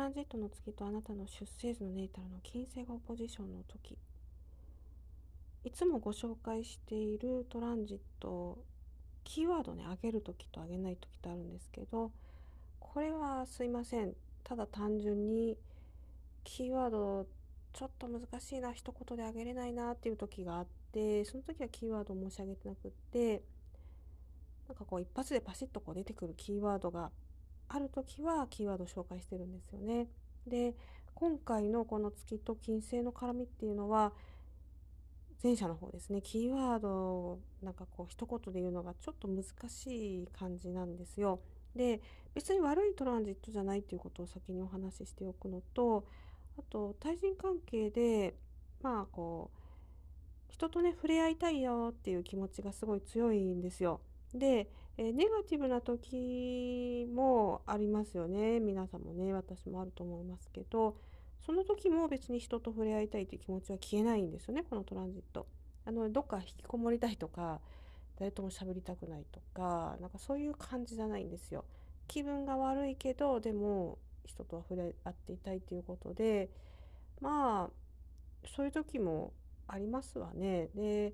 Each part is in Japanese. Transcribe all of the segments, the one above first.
ランジットの月とあなたの出生図のネイタルの金星がオポジションの時、いつもご紹介しているトランジット、キーワードね、上げる時と上げない時とあるんですけど、これはすいません、ただ単純にキーワードちょっと難しいな、一言で上げれないなっていう時があって、その時はキーワードを申し上げてなくって、なんかこう一発でパシッとこう出てくるキーワードがある時はキーワードを紹介してるんですよね。で、今回のこの月と金星の絡みっていうのは、前者の方ですね。キーワードをなんかこう一言で言うのがちょっと難しい感じなんですよ。で、別に悪いトランジットじゃないっていうことを先にお話ししておくのと、あと対人関係で、こう、人とね、触れ合いたいよっていう気持ちがすごい強いんですよ。で、ネガティブな時もありますよね。皆さんもね、私もあると思いますけど、その時も別に人と触れ合いたいという気持ちは消えないんですよね、このトランジット。どっか引きこもりたいとか、誰とも喋りたくないとか、なんかそういう感じじゃないんですよ。気分が悪いけど、でも人とは触れ合っていたいということで、まそういう時もありますわね。で、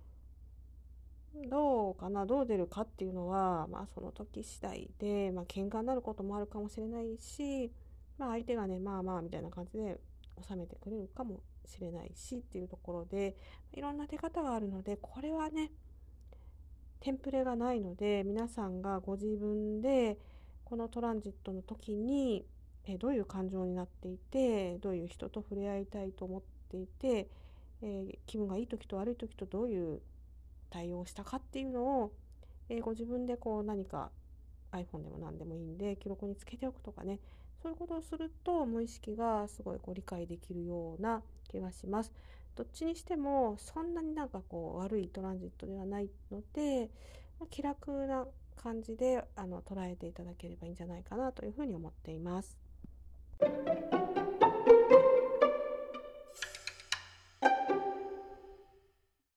どうかな、どう出るかっていうのは、その時次第で、喧嘩になることもあるかもしれないし、相手がね、みたいな感じで収めてくれるかもしれないしっていうところで、いろんな出方があるので、これはね、テンプレがないので、皆さんがご自分で、このトランジットの時に、どういう感情になっていて、どういう人と触れ合いたいと思っていて、気分がいい時と悪い時とどういう対応したかっていうのを、ご自分でこう何か iPhone でも何でもいいんで記録につけておくとかね、そういうことをすると無意識がすごいこう理解できるような気がします。どっちにしてもそんなになんかこう悪いトランジットではないので、気楽な感じで捉えていただければいいんじゃないかなというふうに思っています。